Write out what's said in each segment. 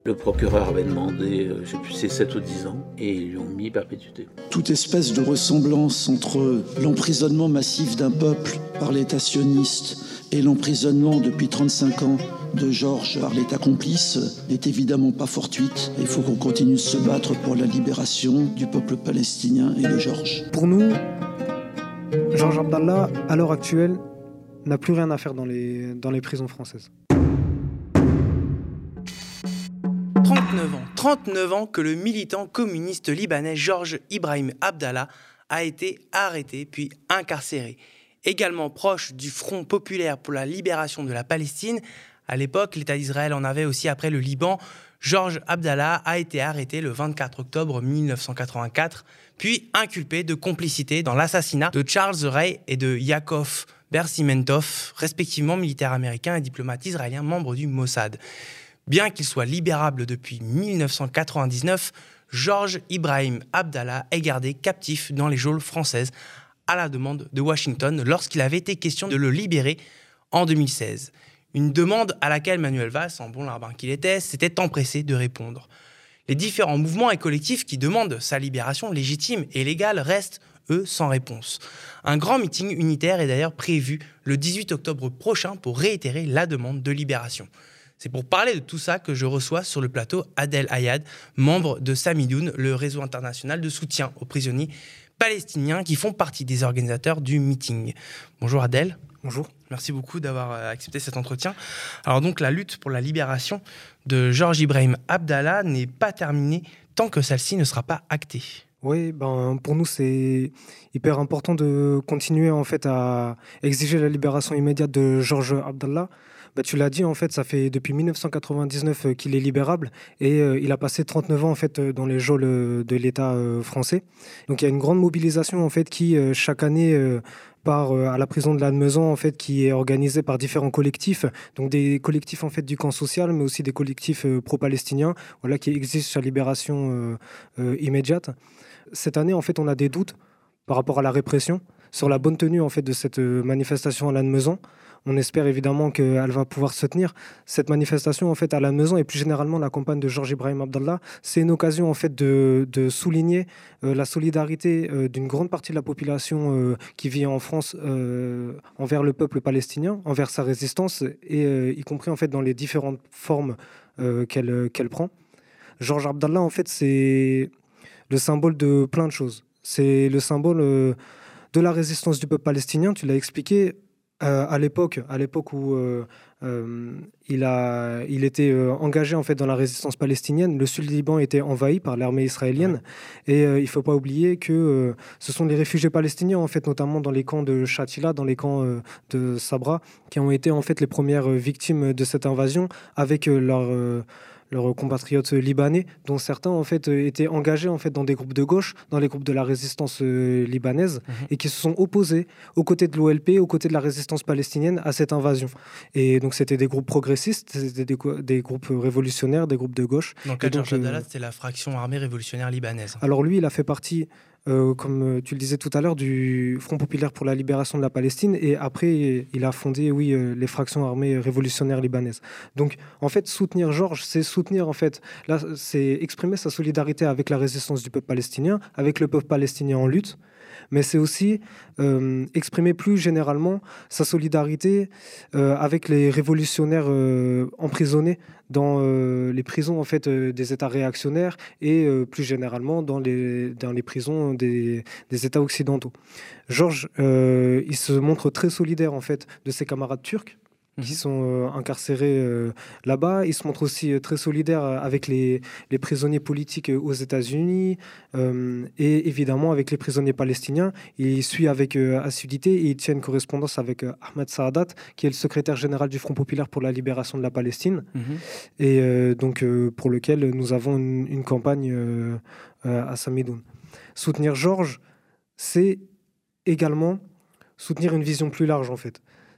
Le procureur avait demandé, je sais plus, c'est 7 ou 10 ans, et ils lui ont mis perpétuité. Toute espèce de ressemblance entre l'emprisonnement massif d'un peuple par l'État sioniste et l'emprisonnement depuis 35 ans de Georges par l'État complice n'est évidemment pas fortuite. Il faut qu'on continue de se battre pour la libération du peuple palestinien et de Georges. Pour nous, Georges Abdallah, à l'heure actuelle, n'a plus rien à faire dans les prisons françaises. 39 ans que le militant communiste libanais Georges Ibrahim Abdallah a été arrêté puis incarcéré. Également proche du Front populaire pour la libération de la Palestine, à l'époque, l'État d'Israël en avait aussi après le Liban, Georges Abdallah a été arrêté le 24 octobre 1984, puis inculpé de complicité dans l'assassinat de Charles Ray et de Yaakov Bersimentov, respectivement militaires américains et diplomates israéliens membres du Mossad. Bien qu'il soit libérable depuis 1999, Georges Ibrahim Abdallah est gardé captif dans les geôles françaises à la demande de Washington lorsqu'il avait été question de le libérer en 2016. Une demande à laquelle Manuel Valls, en bon larbin qu'il était, s'était empressé de répondre. Les différents mouvements et collectifs qui demandent sa libération légitime et légale restent, eux, sans réponse. Un grand meeting unitaire est d'ailleurs prévu le 18 octobre prochain pour réitérer la demande de libération. C'est pour parler de tout ça que je reçois sur le plateau Adel Hayad, membre de Samidoun, le réseau international de soutien aux prisonniers palestiniens qui font partie des organisateurs du meeting. Bonjour Adel. Bonjour. Merci beaucoup d'avoir accepté cet entretien. Alors donc la lutte pour la libération de Georges Ibrahim Abdallah n'est pas terminée tant que celle-ci ne sera pas actée. Oui, pour nous c'est hyper important de continuer en fait à exiger la libération immédiate de Georges Abdallah. Tu l'as dit, en fait, ça fait depuis 1999 qu'il est libérable et il a passé 39 ans en fait, dans les geôles de l'État français. Donc il y a une grande mobilisation en fait, qui, chaque année, part à la prison de Lannemezan, en fait, qui est organisée par différents collectifs, donc des collectifs en fait, du camp social, mais aussi des collectifs pro-palestiniens voilà, qui exigent sa libération immédiate. Cette année, en fait, on a des doutes par rapport à la répression, sur la bonne tenue en fait, de cette manifestation à Lannemezan. On espère évidemment qu'elle va pouvoir se tenir. Cette manifestation en fait, à Lannemezan et plus généralement la campagne de Georges Ibrahim Abdallah, c'est une occasion en fait, de souligner la solidarité d'une grande partie de la population qui vit en France envers le peuple palestinien, envers sa résistance, et y compris en fait, dans les différentes formes qu'elle prend. Georges Abdallah, en fait, c'est le symbole de plein de choses. C'est le symbole de la résistance du peuple palestinien, tu l'as expliqué. À l'époque où il était engagé en fait dans la résistance palestinienne, le sud du Liban était envahi par l'armée israélienne et il faut pas oublier que ce sont les réfugiés palestiniens en fait, notamment dans les camps de Shatila, dans les camps de Sabra, qui ont été en fait les premières victimes de cette invasion avec leurs compatriotes libanais, dont certains en fait étaient engagés en fait dans des groupes de gauche, dans les groupes de la résistance libanaise, et qui se sont opposés aux côtés de l'OLP, aux côtés de la résistance palestinienne à cette invasion. Et donc c'était des groupes progressistes, c'était des groupes révolutionnaires, des groupes de gauche. Donc Georges Abdallah, c'était la fraction armée révolutionnaire libanaise. Alors lui, il a fait partie, comme tu le disais tout à l'heure, du Front populaire pour la libération de la Palestine, et après il a fondé les fractions armées révolutionnaires libanaises. Donc en fait, soutenir Georges, c'est soutenir en fait, là, c'est exprimer sa solidarité avec la résistance du peuple palestinien, avec le peuple palestinien en lutte, mais c'est aussi exprimer plus généralement sa solidarité avec les révolutionnaires emprisonnés dans les prisons en fait, des États réactionnaires et plus généralement dans les prisons des États occidentaux. Georges, il se montre très solidaire en fait, de ses camarades turcs qui sont incarcérés là-bas. Il se montre aussi très solidaire avec les prisonniers politiques aux États-Unis et évidemment avec les prisonniers palestiniens. Il suit avec assiduité et il tient une correspondance avec Ahmed Saadat, qui est le secrétaire général du Front populaire pour la libération de la Palestine, et donc pour lequel nous avons une campagne à Samidoun. Soutenir Georges, c'est également soutenir une vision plus large en fait.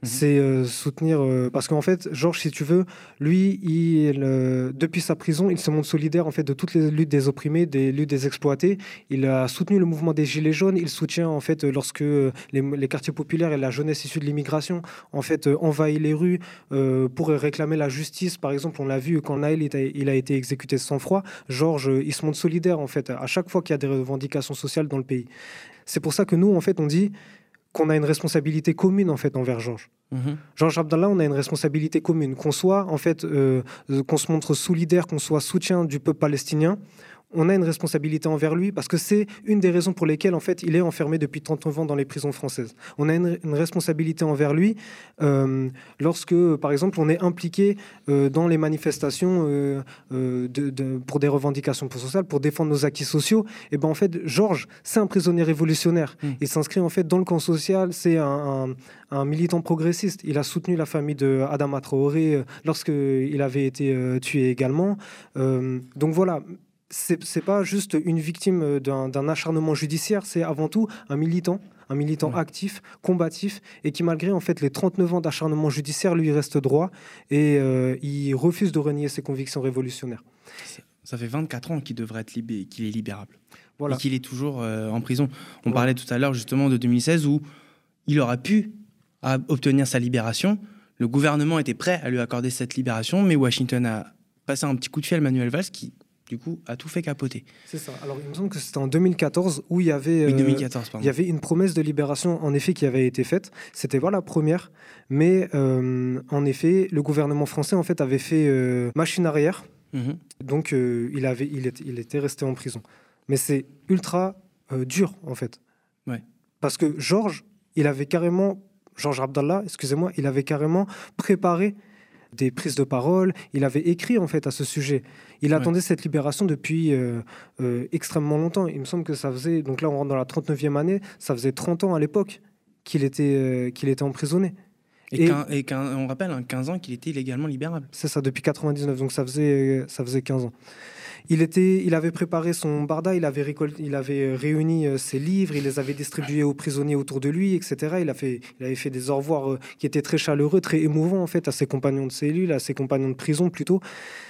c'est soutenir... parce qu'en fait, Georges, si tu veux, lui, depuis sa prison, il se montre solidaire en fait, de toutes les luttes des opprimés, des luttes des exploités. Il a soutenu le mouvement des Gilets jaunes. Il soutient, en fait, lorsque les quartiers populaires et la jeunesse issue de l'immigration en fait, envahit les rues pour réclamer la justice. Par exemple, on l'a vu quand Naël il a été exécuté sans froid. Georges, il se montre solidaire en fait, à chaque fois qu'il y a des revendications sociales dans le pays. C'est pour ça que nous, en fait, on dit qu'on a une responsabilité commune en fait envers Georges. Georges Abdallah, on a une responsabilité commune, qu'on soit en fait, qu'on se montre solidaire, qu'on soit soutien du peuple palestinien. On a une responsabilité envers lui parce que c'est une des raisons pour lesquelles en fait il est enfermé depuis 39 ans dans les prisons françaises. On a une responsabilité envers lui lorsque, par exemple, on est impliqué dans les manifestations pour des revendications sociales, pour défendre nos acquis sociaux. Et ben en fait, Georges, c'est un prisonnier révolutionnaire. Il s'inscrit en fait dans le camp social. C'est un militant progressiste. Il a soutenu la famille de Adama Traoré lorsqu'il avait été tué également. Donc voilà. C'est pas juste une victime d'un acharnement judiciaire, c'est avant tout un militant actif, combatif, et qui, malgré en fait les 39 ans d'acharnement judiciaire, lui reste droit et il refuse de renier ses convictions révolutionnaires. Ça fait 24 ans qu'il devrait être qu'il est libérable. Voilà. Et qu'il est toujours en prison. On parlait tout à l'heure justement de 2016 où il aurait pu obtenir sa libération. Le gouvernement était prêt à lui accorder cette libération, mais Washington a passé un petit coup de fil à Manuel Valls qui du coup, a tout fait capoter. C'est ça. Alors, il me semble que c'était en 2014 où il y avait, 2014, il y avait une promesse de libération, en effet, qui avait été faite. C'était pas la première, mais en effet, le gouvernement français, en fait, avait fait machine arrière. Donc, il était resté en prison. Mais c'est ultra dur, en fait. Ouais. Parce que Georges Abdallah, excusez-moi, il avait carrément préparé des prises de parole, il avait écrit en fait à ce sujet. Il attendait cette libération depuis extrêmement longtemps. Il me semble que ça faisait, donc là on rentre dans la 39e année, ça faisait 30 ans à l'époque qu'il était emprisonné. On rappelle, 15 ans qu'il était illégalement libérable. C'est ça, depuis 99, donc ça faisait 15 ans. Il avait préparé son barda, il avait réuni ses livres, il les avait distribués aux prisonniers autour de lui, etc. Il avait fait des au revoir qui étaient très chaleureux, très émouvants en fait à ses compagnons de cellule, à ses compagnons de prison plutôt.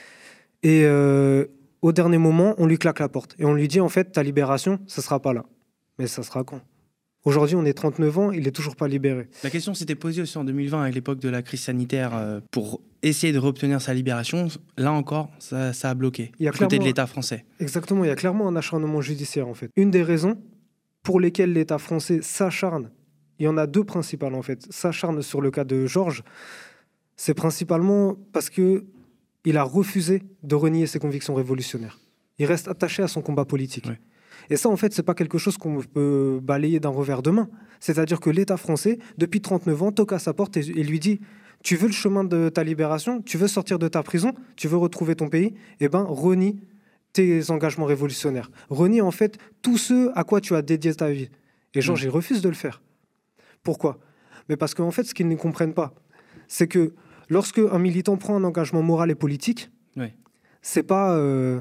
Et au dernier moment, on lui claque la porte et on lui dit en fait ta libération, ça sera pas là. Mais ça sera quand ? Aujourd'hui, on est 39 ans, il n'est toujours pas libéré. La question s'était posée aussi en 2020, à l'époque de la crise sanitaire, pour essayer de réobtenir sa libération. Là encore, ça a bloqué, du côté de l'État français. Exactement, il y a clairement un acharnement judiciaire, en fait. Une des raisons pour lesquelles l'État français s'acharne, il y en a deux principales, en fait, s'acharne sur le cas de Georges, c'est principalement parce qu'il a refusé de renier ses convictions révolutionnaires. Il reste attaché à son combat politique. Ouais. Et ça, en fait, c'est pas quelque chose qu'on peut balayer d'un revers de main. C'est-à-dire que l'État français, depuis 39 ans, toque à sa porte et lui dit « Tu veux le chemin de ta libération ? Tu veux sortir de ta prison ? Tu veux retrouver ton pays ? Eh bien, renie tes engagements révolutionnaires. Renie, en fait, tout ce à quoi tu as dédié ta vie. » Et Georges, il refuse de le faire. Pourquoi ? Mais parce qu'en fait, ce qu'ils ne comprennent pas, c'est que lorsque un militant prend un engagement moral et politique, c'est pas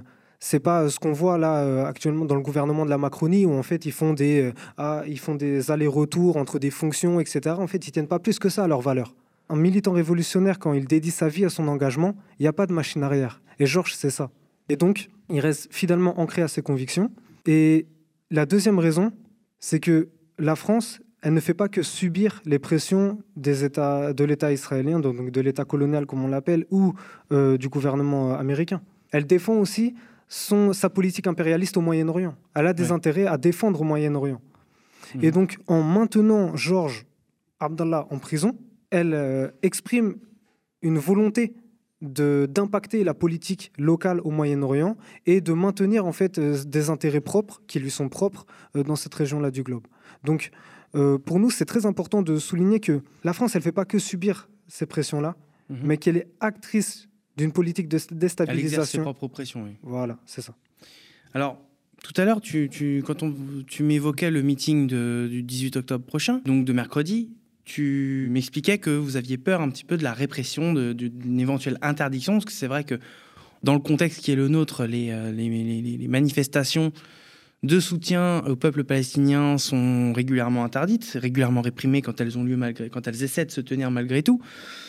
ce qu'on voit là actuellement dans le gouvernement de la Macronie où en fait ils font des allers-retours entre des fonctions, etc. En fait, ils tiennent pas plus que ça à leurs valeurs. Un militant révolutionnaire, quand il dédie sa vie à son engagement, il n'y a pas de machine arrière. Et Georges, c'est ça. Et donc, il reste fidèlement ancré à ses convictions. Et la deuxième raison, c'est que la France, elle ne fait pas que subir les pressions de l'État israélien, donc de l'État colonial comme on l'appelle, ou du gouvernement américain. Elle défend aussi sa politique impérialiste au Moyen-Orient. Elle a des intérêts à défendre au Moyen-Orient. Et donc, en maintenant Georges Abdallah en prison, elle exprime une volonté d'impacter la politique locale au Moyen-Orient et de maintenir en fait des intérêts propres qui lui sont propres dans cette région-là du globe. Donc, pour nous, c'est très important de souligner que la France, elle ne fait pas que subir ces pressions-là, mais qu'elle est actrice d'une politique de déstabilisation. Elle exerce ses propres pressions, oui. Voilà, c'est ça. Alors, tout à l'heure, quand tu m'évoquais le meeting du 18 octobre prochain, donc de mercredi, tu m'expliquais que vous aviez peur un petit peu de la répression, d'une éventuelle interdiction, parce que c'est vrai que dans le contexte qui est le nôtre, les manifestations de soutien au peuple palestinien sont régulièrement interdites, régulièrement réprimées quand elles ont lieu quand elles essaient de se tenir malgré tout.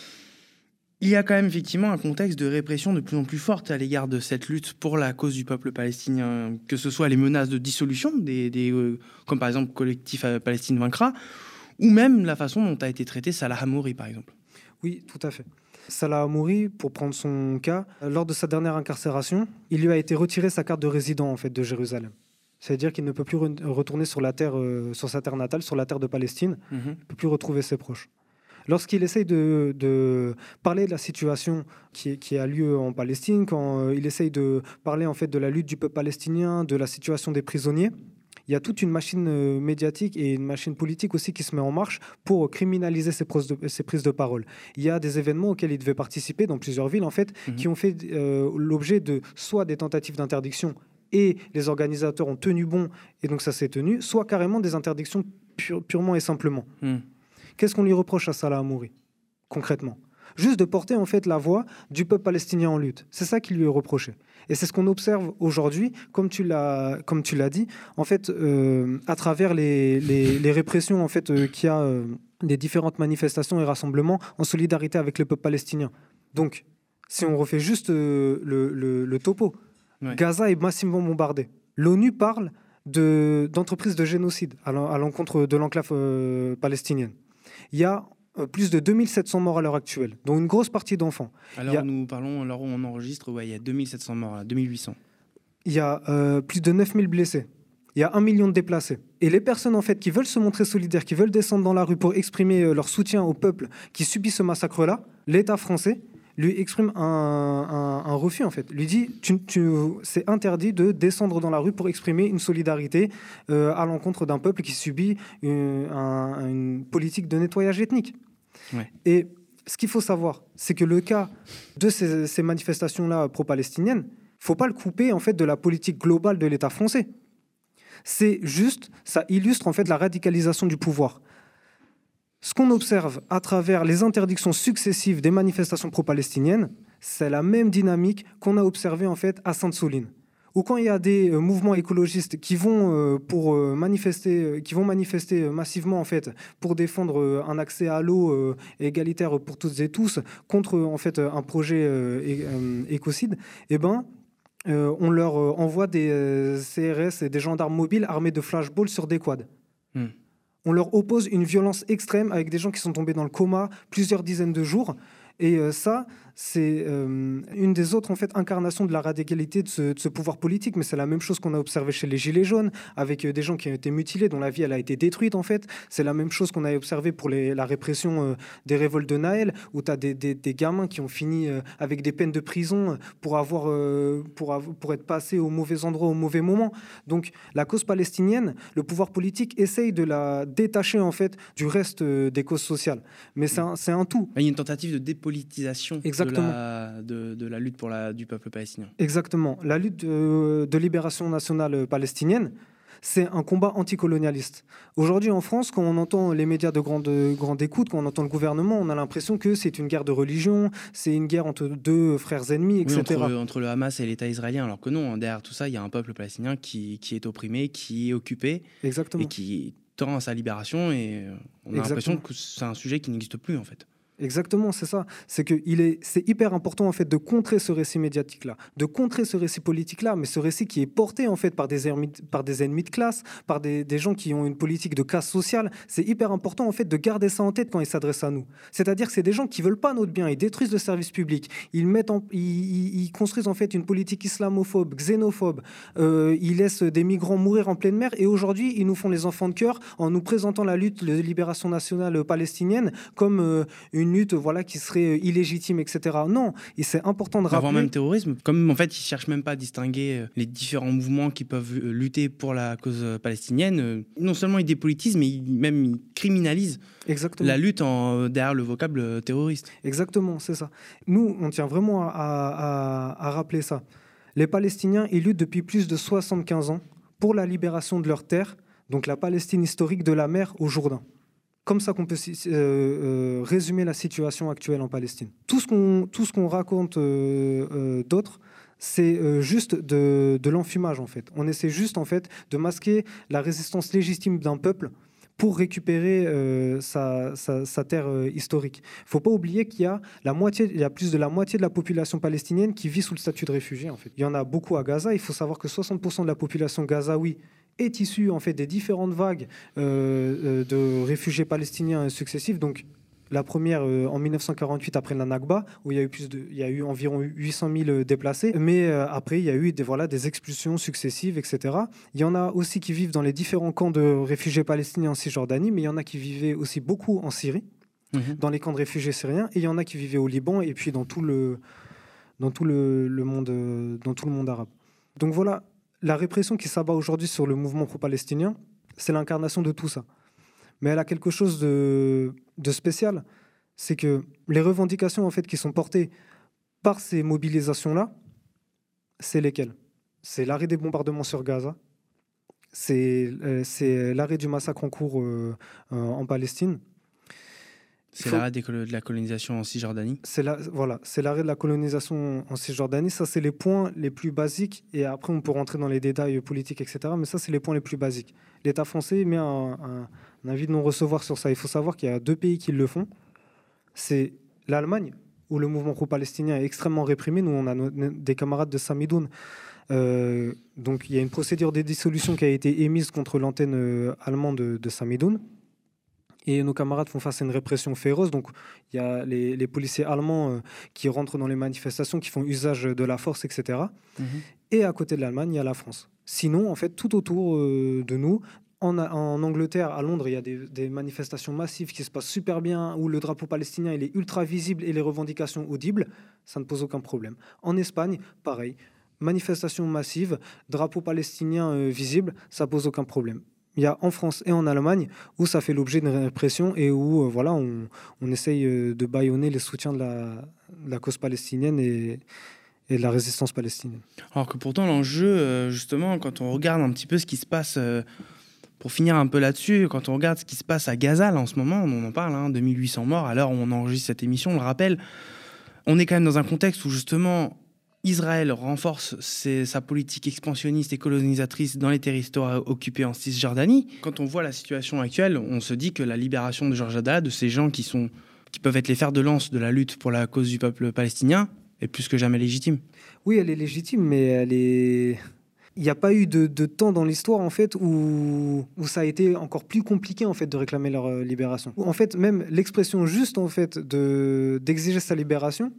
Il y a quand même effectivement un contexte de répression de plus en plus forte à l'égard de cette lutte pour la cause du peuple palestinien, que ce soit les menaces de dissolution, comme par exemple collectif Palestine vaincra, ou même la façon dont a été traité Salah Hamouri, par exemple. Oui, tout à fait. Salah Hamouri, pour prendre son cas, lors de sa dernière incarcération, il lui a été retiré sa carte de résident en fait, de Jérusalem. C'est-à-dire qu'il ne peut plus retourner sur sa terre natale, sur la terre de Palestine. Il ne peut plus retrouver ses proches. Lorsqu'il essaye de parler de la situation qui a lieu en Palestine, quand il essaye de parler en fait, de la lutte du peuple palestinien, de la situation des prisonniers, il y a toute une machine médiatique et une machine politique aussi qui se met en marche pour criminaliser ces prises de parole. Il y a des événements auxquels il devait participer dans plusieurs villes, en fait, qui ont fait l'objet de soit des tentatives d'interdiction et les organisateurs ont tenu bon et donc ça s'est tenu, soit carrément des interdictions purement et simplement. Qu'est-ce qu'on lui reproche à Salah Hamouri, concrètement ? Juste de porter en fait la voix du peuple palestinien en lutte. C'est ça qui lui est reproché. Et c'est ce qu'on observe aujourd'hui, comme tu l'as dit, en fait, à travers les répressions en fait, qu'il y a des différentes manifestations et rassemblements en solidarité avec le peuple palestinien. Donc, si on refait juste le topo, ouais. Gaza est massivement bombardé. L'ONU parle d'entreprises de génocide à l'encontre de l'enclave palestinienne. Il y a plus de 2700 morts à l'heure actuelle, dont une grosse partie d'enfants. Alors on enregistre, il y a 2700 morts, là, 2800. Il y a plus de 9000 blessés. Il y a 1 million de déplacés. Et les personnes en fait, qui veulent se montrer solidaires, qui veulent descendre dans la rue pour exprimer leur soutien au peuple qui subit ce massacre-là, l'État français lui exprime un refus, en fait. Lui dit, c'est interdit de descendre dans la rue pour exprimer une solidarité à l'encontre d'un peuple qui subit une politique de nettoyage ethnique. Ouais. Et ce qu'il faut savoir, c'est que le cas de ces manifestations-là pro-palestiniennes, il ne faut pas le couper, en fait, de la politique globale de l'État français. C'est juste, ça illustre, en fait, la radicalisation du pouvoir. Ce qu'on observe à travers les interdictions successives des manifestations pro-palestiniennes, c'est la même dynamique qu'on a observée en fait à Sainte-Soline. Ou quand il y a des mouvements écologistes qui vont manifester massivement en fait pour défendre un accès à l'eau égalitaire pour toutes et tous contre en fait un projet écocide, on leur envoie des CRS et des gendarmes mobiles armés de flashballs sur des quads. On leur oppose une violence extrême avec des gens qui sont tombés dans le coma plusieurs dizaines de jours. Et ça, c'est une des autres en fait, incarnations de la radicalité de ce pouvoir politique. Mais c'est la même chose qu'on a observé chez les Gilets jaunes, avec des gens qui ont été mutilés, dont la vie elle a été détruite. En fait. C'est la même chose qu'on a observé pour la répression des révoltes de Naël, où tu as des gamins qui ont fini avec des peines de prison pour être passés au mauvais endroit, au mauvais moment. Donc la cause palestinienne, le pouvoir politique essaye de la détacher en fait, du reste des causes sociales. Mais c'est un tout. Il y a une tentative de dépolitisation de la lutte du peuple palestinien. Exactement. La lutte de libération nationale palestinienne, c'est un combat anticolonialiste. Aujourd'hui, en France, quand on entend les médias de grande écoute, quand on entend le gouvernement, on a l'impression que c'est une guerre de religion, c'est une guerre entre deux frères ennemis, etc. Oui, entre le Hamas et l'État israélien, alors que non, derrière tout ça, il y a un peuple palestinien qui est opprimé, qui est occupé. Exactement. Et qui tend à sa libération. Et on a l'impression que c'est un sujet qui n'existe plus, en fait. Exactement, c'est ça. C'est hyper important en fait de contrer ce récit médiatique-là, de contrer ce récit politique-là, mais ce récit qui est porté en fait par des ennemis de classe, par des gens qui ont une politique de casse sociale. C'est hyper important en fait de garder ça en tête quand ils s'adressent à nous. C'est-à-dire que c'est des gens qui veulent pas notre bien, ils détruisent le service public, ils construisent en fait une politique islamophobe, xénophobe, ils laissent des migrants mourir en pleine mer et aujourd'hui ils nous font les enfants de cœur en nous présentant la lutte de libération nationale palestinienne comme une lutte qui serait illégitime, etc. Non, et c'est important de rappeler... Avant même terrorisme, comme en fait ils ne cherchent même pas à distinguer les différents mouvements qui peuvent lutter pour la cause palestinienne, non seulement ils dépolitisent, mais ils criminalisent la lutte derrière le vocable terroriste. Exactement, c'est ça. Nous, on tient vraiment à rappeler ça. Les Palestiniens, ils luttent depuis plus de 75 ans pour la libération de leur terre, donc la Palestine historique de la mer au Jourdain. Comme ça qu'on peut résumer la situation actuelle en Palestine. Tout ce qu'on raconte d'autre, c'est juste de l'enfumage, en fait. On essaie juste, en fait, de masquer la résistance légitime d'un peuple pour récupérer sa terre historique. Il ne faut pas oublier qu'il y a plus de la moitié de la population palestinienne qui vit sous le statut de réfugié, en fait. Il y en a beaucoup à Gaza. Il faut savoir que 60% de la population gazaoui est issue, en fait, des différentes vagues de réfugiés palestiniens successifs. Donc, la première en 1948 après la Nakba, où il y a eu environ 800 000 déplacés. Mais après, il y a eu des expulsions successives, etc. Il y en a aussi qui vivent dans les différents camps de réfugiés palestiniens en Cisjordanie, mais il y en a qui vivaient aussi beaucoup en Syrie, dans les camps de réfugiés syriens, et il y en a qui vivaient au Liban et puis dans tout le monde arabe. Donc voilà, la répression qui s'abat aujourd'hui sur le mouvement pro-palestinien, c'est l'incarnation de tout ça. Mais elle a quelque chose de spécial, c'est que les revendications en fait qui sont portées par ces mobilisations-là, c'est lesquelles ? C'est l'arrêt des bombardements sur Gaza, c'est l'arrêt du massacre en cours en Palestine. C'est l'arrêt de la colonisation en Cisjordanie. C'est l'arrêt de la colonisation en Cisjordanie. Ça, c'est les points les plus basiques. Et après, on peut rentrer dans les détails politiques, etc. Mais ça, c'est les points les plus basiques. L'État français met un avis de non-recevoir sur ça. Il faut savoir qu'il y a 2 pays qui le font. C'est l'Allemagne, où le mouvement pro-palestinien est extrêmement réprimé. Nous, on a des camarades de Samidoun. Donc, il y a une procédure de dissolution qui a été émise contre l'antenne allemande de Samidoun. Et nos camarades font face à une répression féroce. Donc, il y a les policiers allemands qui rentrent dans les manifestations, qui font usage de la force, etc. Et à côté de l'Allemagne, il y a la France. Sinon, en fait, tout autour de nous, en Angleterre, à Londres, il y a des manifestations massives qui se passent super bien, où le drapeau palestinien il est ultra visible et les revendications audibles. Ça ne pose aucun problème. En Espagne, pareil. Manifestations massives, drapeau palestinien visible, ça pose aucun problème. Il y a en France et en Allemagne où ça fait l'objet d'une répression et où on essaye de bâillonner les soutiens de la cause palestinienne et de la résistance palestinienne. Alors que pourtant l'enjeu, justement, quand on regarde un petit peu ce qui se passe, pour finir un peu là-dessus, quand on regarde ce qui se passe à Gaza là, en ce moment, on en parle, 2800 morts à l'heure où on enregistre cette émission, on le rappelle, on est quand même dans un contexte où justement Israël renforce sa politique expansionniste et colonisatrice dans les territoires occupés en Cisjordanie. Quand on voit la situation actuelle, on se dit que la libération de Georges Abdallah, de ces gens qui peuvent être les fers de lance de la lutte pour la cause du peuple palestinien, est plus que jamais légitime. Oui, elle est légitime, mais il n'y a pas eu de temps dans l'histoire en fait où ça a été encore plus compliqué en fait de réclamer leur libération. En fait, même l'expression juste en fait d'exiger sa libération,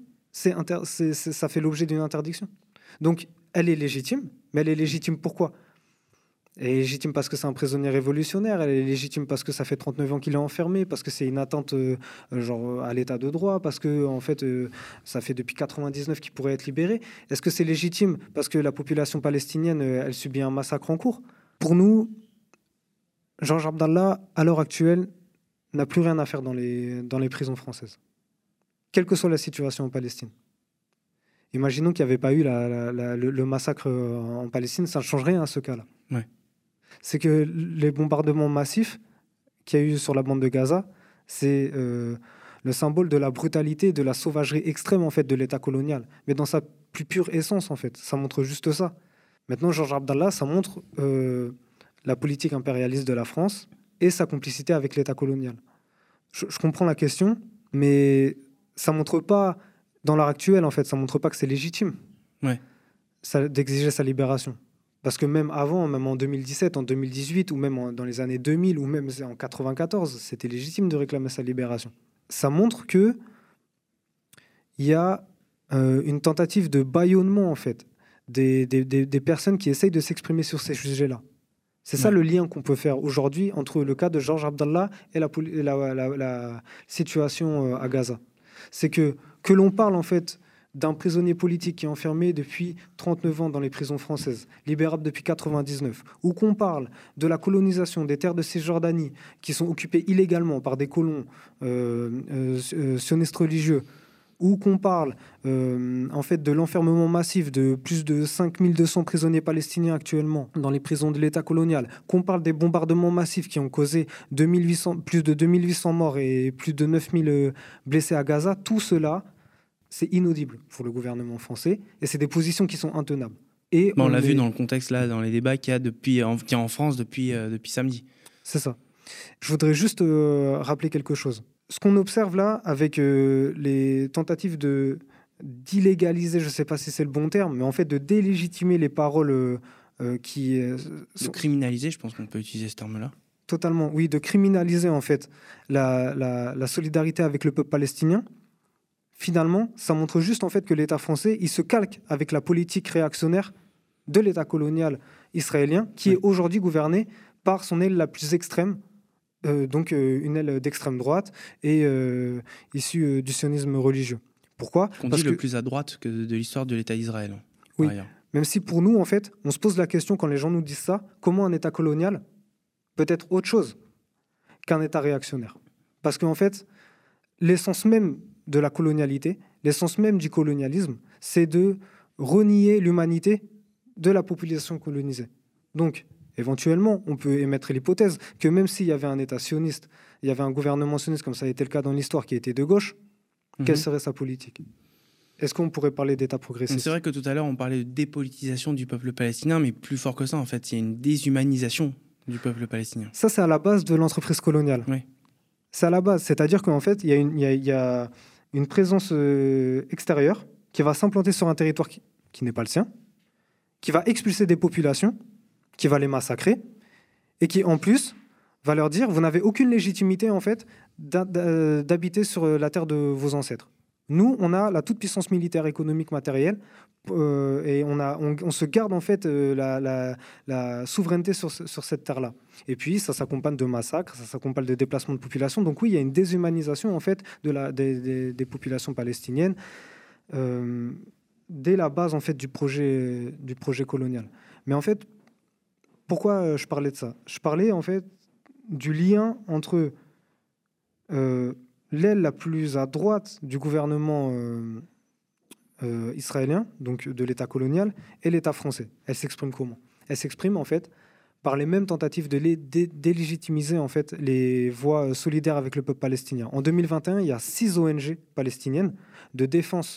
ça fait l'objet d'une interdiction. Donc, elle est légitime, mais elle est légitime pourquoi ? Elle est légitime parce que c'est un prisonnier révolutionnaire, elle est légitime parce que ça fait 39 ans qu'il est enfermé, parce que c'est une atteinte à l'état de droit, parce que en fait, ça fait depuis 1999 qu'il pourrait être libéré. Est-ce que c'est légitime parce que la population palestinienne, elle subit un massacre en cours ? Pour nous, Georges Abdallah, à l'heure actuelle, n'a plus rien à faire dans les prisons françaises. Quelle que soit la situation en Palestine. Imaginons qu'il n'y avait pas eu le massacre en Palestine, ça ne change rien à ce cas-là. Ouais. C'est que les bombardements massifs qu'il y a eu sur la bande de Gaza, c'est le symbole de la brutalité, de la sauvagerie extrême en fait, de l'État colonial. Mais dans sa plus pure essence, en fait. Ça montre juste ça. Maintenant, Georges Abdallah, ça montre la politique impérialiste de la France et sa complicité avec l'État colonial. Je comprends la question, mais ça montre pas, dans l'heure actuelle, en fait, ça montre pas que c'est légitime d'exiger sa libération. Parce que même avant, même en 2017, en 2018, ou même dans les années 2000, ou même en 1994, c'était légitime de réclamer sa libération. Ça montre qu'il y a une tentative de bâillonnement, en fait, des personnes qui essayent de s'exprimer sur ces sujets-là. C'est ça le lien qu'on peut faire aujourd'hui entre le cas de Georges Abdallah et la situation à Gaza. C'est que l'on parle en fait d'un prisonnier politique qui est enfermé depuis 39 ans dans les prisons françaises, libérable depuis 1999, ou qu'on parle de la colonisation des terres de Cisjordanie qui sont occupées illégalement par des colons sionistes religieux, ou qu'on parle en fait de l'enfermement massif de plus de 5200 prisonniers palestiniens actuellement dans les prisons de l'État colonial, qu'on parle des bombardements massifs qui ont causé plus de 2800 morts et plus de 9000 blessés à Gaza, tout cela, c'est inaudible pour le gouvernement français et c'est des positions qui sont intenables. Et on l'a vu dans le contexte, là, dans les débats qu'il y a en France depuis samedi. C'est ça. Je voudrais juste rappeler quelque chose. Ce qu'on observe là, avec les tentatives d'illégaliser, je ne sais pas si c'est le bon terme, mais en fait de délégitimer les paroles qui... de criminaliser, je pense qu'on peut utiliser ce terme-là. Totalement, oui, de criminaliser en fait la solidarité avec le peuple palestinien. Finalement, ça montre juste en fait que l'État français, il se calque avec la politique réactionnaire de l'État colonial israélien, qui est aujourd'hui gouverné par son aile la plus extrême, donc une aile d'extrême droite et issue du sionisme religieux. Pourquoi ? On dit le plus à droite que de l'histoire de l'État d'Israël. Oui, même si pour nous, en fait, on se pose la question quand les gens nous disent ça, comment un État colonial peut être autre chose qu'un État réactionnaire ? Parce qu'en fait, l'essence même de la colonialité, l'essence même du colonialisme, c'est de renier l'humanité de la population colonisée. Donc, éventuellement, on peut émettre l'hypothèse que même s'il y avait un État sioniste, il y avait un gouvernement sioniste, comme ça a été le cas dans l'histoire, qui était de gauche, quelle serait sa politique ? Est-ce qu'on pourrait parler d'État progressiste ? C'est vrai que tout à l'heure, on parlait de dépolitisation du peuple palestinien, mais plus fort que ça, en fait, il y a une déshumanisation du peuple palestinien. Ça, c'est à la base de l'entreprise coloniale. Oui. C'est à la base. C'est-à-dire qu'en fait, il y a une présence extérieure qui va s'implanter sur un territoire qui n'est pas le sien, qui va expulser des populations, qui va les massacrer, et qui, en plus, va leur dire, vous n'avez aucune légitimité, en fait, d'habiter sur la terre de vos ancêtres. Nous, on a la toute-puissance militaire, économique, matérielle, et on se garde, en fait, la souveraineté sur cette terre-là. Et puis, ça s'accompagne de massacres, ça s'accompagne de déplacements de population. Donc oui, il y a une déshumanisation, en fait, des populations palestiniennes, dès la base, en fait, du projet colonial. Mais en fait, pourquoi je parlais de ça ? Je parlais, en fait, du lien entre l'aile la plus à droite du gouvernement israélien, donc de l'État colonial, et l'État français. Elle s'exprime comment ? Elle s'exprime, en fait, par les mêmes tentatives de délégitimiser, en fait, les voix solidaires avec le peuple palestinien. En 2021, il y a 6 ONG palestiniennes de défense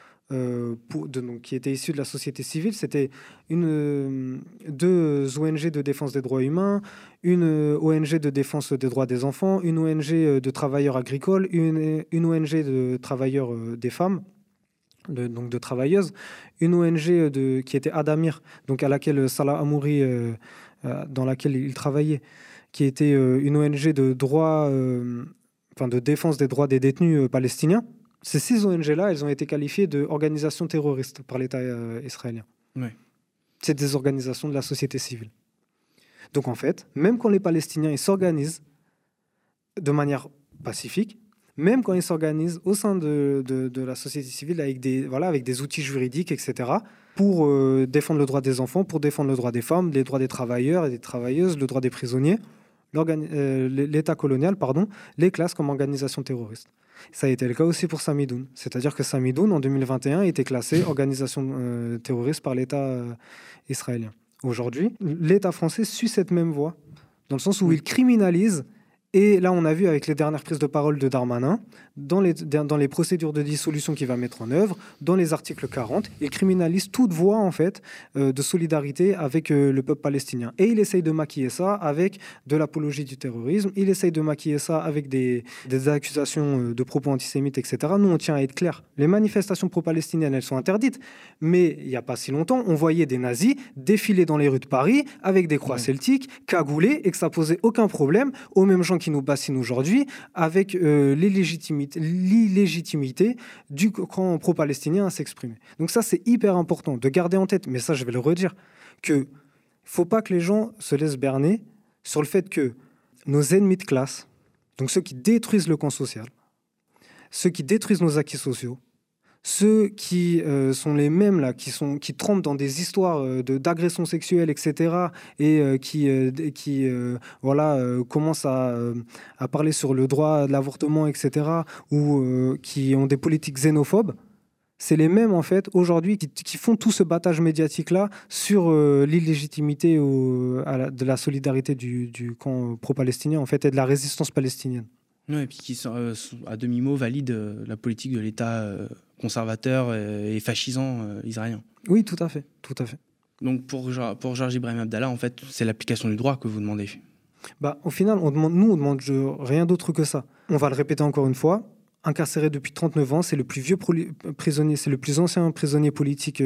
donc, qui étaient issues de la société civile. C'était 2 ONG de défense des droits humains, une ONG de défense des droits des enfants, une ONG de travailleurs agricoles, une ONG de travailleurs des femmes, donc de travailleuses, une ONG qui était Adamir, donc à laquelle Salah Hamouri, dans laquelle il travaillait, qui était une ONG de droit, de défense des droits des détenus palestiniens. Ces 6 ONG-là, elles ont été qualifiées d'organisations terroristes par l'État israélien. Oui. C'est des organisations de la société civile. Donc en fait, même quand les Palestiniens ils s'organisent de manière pacifique, même quand ils s'organisent au sein de la société civile avec des outils juridiques, etc., pour défendre le droit des enfants, pour défendre le droit des femmes, les droits des travailleurs et des travailleuses, le droit des prisonniers, l'État colonial, les classe comme organisation terroriste. Ça a été le cas aussi pour Samidoun. C'est-à-dire que Samidoun, en 2021, était classé organisation terroriste par l'État israélien. Aujourd'hui, l'État français suit cette même voie, dans le sens où il criminalise. Et là, on a vu avec les dernières prises de parole de Darmanin, dans les procédures de dissolution qu'il va mettre en œuvre, dans les articles 40, il criminalise toute voie, en fait, de solidarité avec le peuple palestinien. Et il essaye de maquiller ça avec de l'apologie du terrorisme, il essaye de maquiller ça avec des accusations de propos antisémites, etc. Nous, on tient à être clair. Les manifestations pro-palestiniennes, elles sont interdites. Mais il n'y a pas si longtemps, on voyait des nazis défiler dans les rues de Paris avec des croix celtiques, cagoulés, et que ça posait aucun problème aux mêmes gens qui nous bassinent aujourd'hui avec l'illégitimité du camp pro-palestinien à s'exprimer. Donc ça, c'est hyper important de garder en tête, mais ça, je vais le redire, qu'il ne faut pas que les gens se laissent berner sur le fait que nos ennemis de classe, donc ceux qui détruisent le camp social, ceux qui détruisent nos acquis sociaux, ceux qui sont les mêmes là, qui trempent dans des histoires d'agressions sexuelles, etc., et qui commencent à parler sur le droit de l'avortement, etc., ou qui ont des politiques xénophobes, c'est les mêmes, en fait, aujourd'hui, qui font tout ce battage médiatique-là sur l'illégitimité de la solidarité du camp pro-palestinien, en fait, et de la résistance palestinienne. Oui, et puis qui, à demi-mot, valident la politique de l'État conservateur et fascisant israélien. Oui, tout à fait, tout à fait. Donc pour Georges Ibrahim Abdallah, en fait, c'est l'application du droit que vous demandez. Au final, on demande rien d'autre que ça. On va le répéter encore une fois. Incarcéré depuis 39 ans, c'est le plus vieux prisonnier, c'est le plus ancien prisonnier politique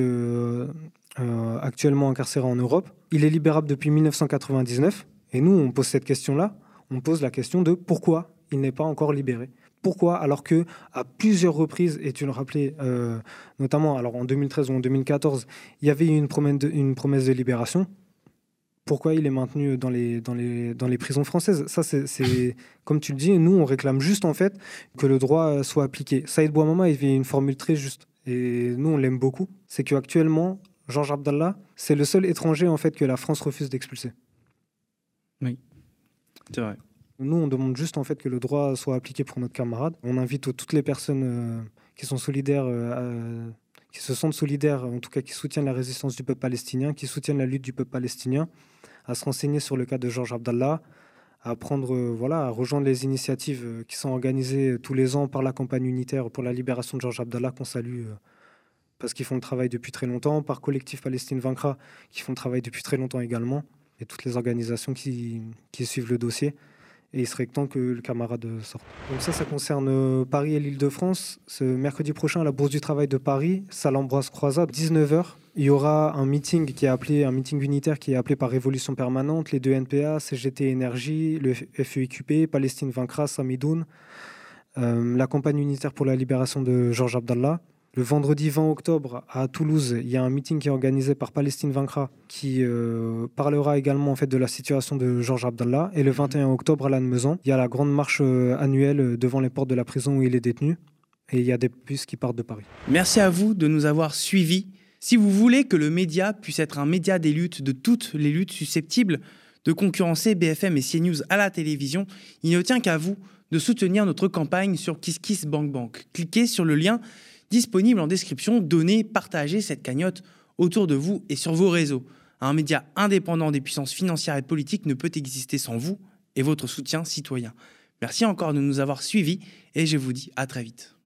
actuellement incarcéré en Europe. Il est libérable depuis 1999. Et nous, on pose cette question-là. On pose la question de pourquoi il n'est pas encore libéré. Pourquoi, alors que à plusieurs reprises, et tu le rappelais, notamment alors en 2013 ou en 2014, il y avait eu une promesse de libération. Pourquoi il est maintenu dans les prisons françaises? Ça, c'est comme tu le dis, nous, on réclame juste en fait que le droit soit appliqué. Saïd Bouamama, il avait une formule très juste, et nous, on l'aime beaucoup. C'est qu'actuellement, Georges Abdallah, c'est le seul étranger en fait que la France refuse d'expulser. Oui, c'est vrai. Nous, on demande juste en fait que le droit soit appliqué pour notre camarade. On invite toutes les personnes qui sont solidaires, qui se sentent solidaires, en tout cas qui soutiennent la résistance du peuple palestinien, qui soutiennent la lutte du peuple palestinien, à se renseigner sur le cas de Georges Abdallah, à à rejoindre les initiatives qui sont organisées tous les ans par la campagne unitaire pour la libération de Georges Abdallah, qu'on salue parce qu'ils font le travail depuis très longtemps, par Collectif Palestine Vaincra, qui font le travail depuis très longtemps également, et toutes les organisations qui suivent le dossier. Et il serait temps que le camarade sorte. Donc ça concerne Paris et l'Île-de-France. Ce mercredi prochain, à la Bourse du Travail de Paris, salle Ambroise Croizat, 19h, il y aura un meeting unitaire qui est appelé par Révolution Permanente, les deux NPA, CGT Énergie, le FEIQP, Palestine Vaincra, Samidoun, la campagne unitaire pour la libération de Georges Abdallah. Le vendredi 20 octobre, à Toulouse, il y a un meeting qui est organisé par Palestine Vaincra qui parlera également en fait, de la situation de Georges Abdallah. Et le 21 octobre, à Lannemezan, il y a la grande marche annuelle devant les portes de la prison où il est détenu. Et il y a des bus qui partent de Paris. Merci à vous de nous avoir suivis. Si vous voulez que le média puisse être un média des luttes, de toutes les luttes susceptibles de concurrencer BFM et CNews à la télévision, il ne tient qu'à vous de soutenir notre campagne sur KissKissBankBank. Cliquez sur le lien disponible en description, donnez, partagez cette cagnotte autour de vous et sur vos réseaux. Un média indépendant des puissances financières et politiques ne peut exister sans vous et votre soutien citoyen. Merci encore de nous avoir suivis et je vous dis à très vite.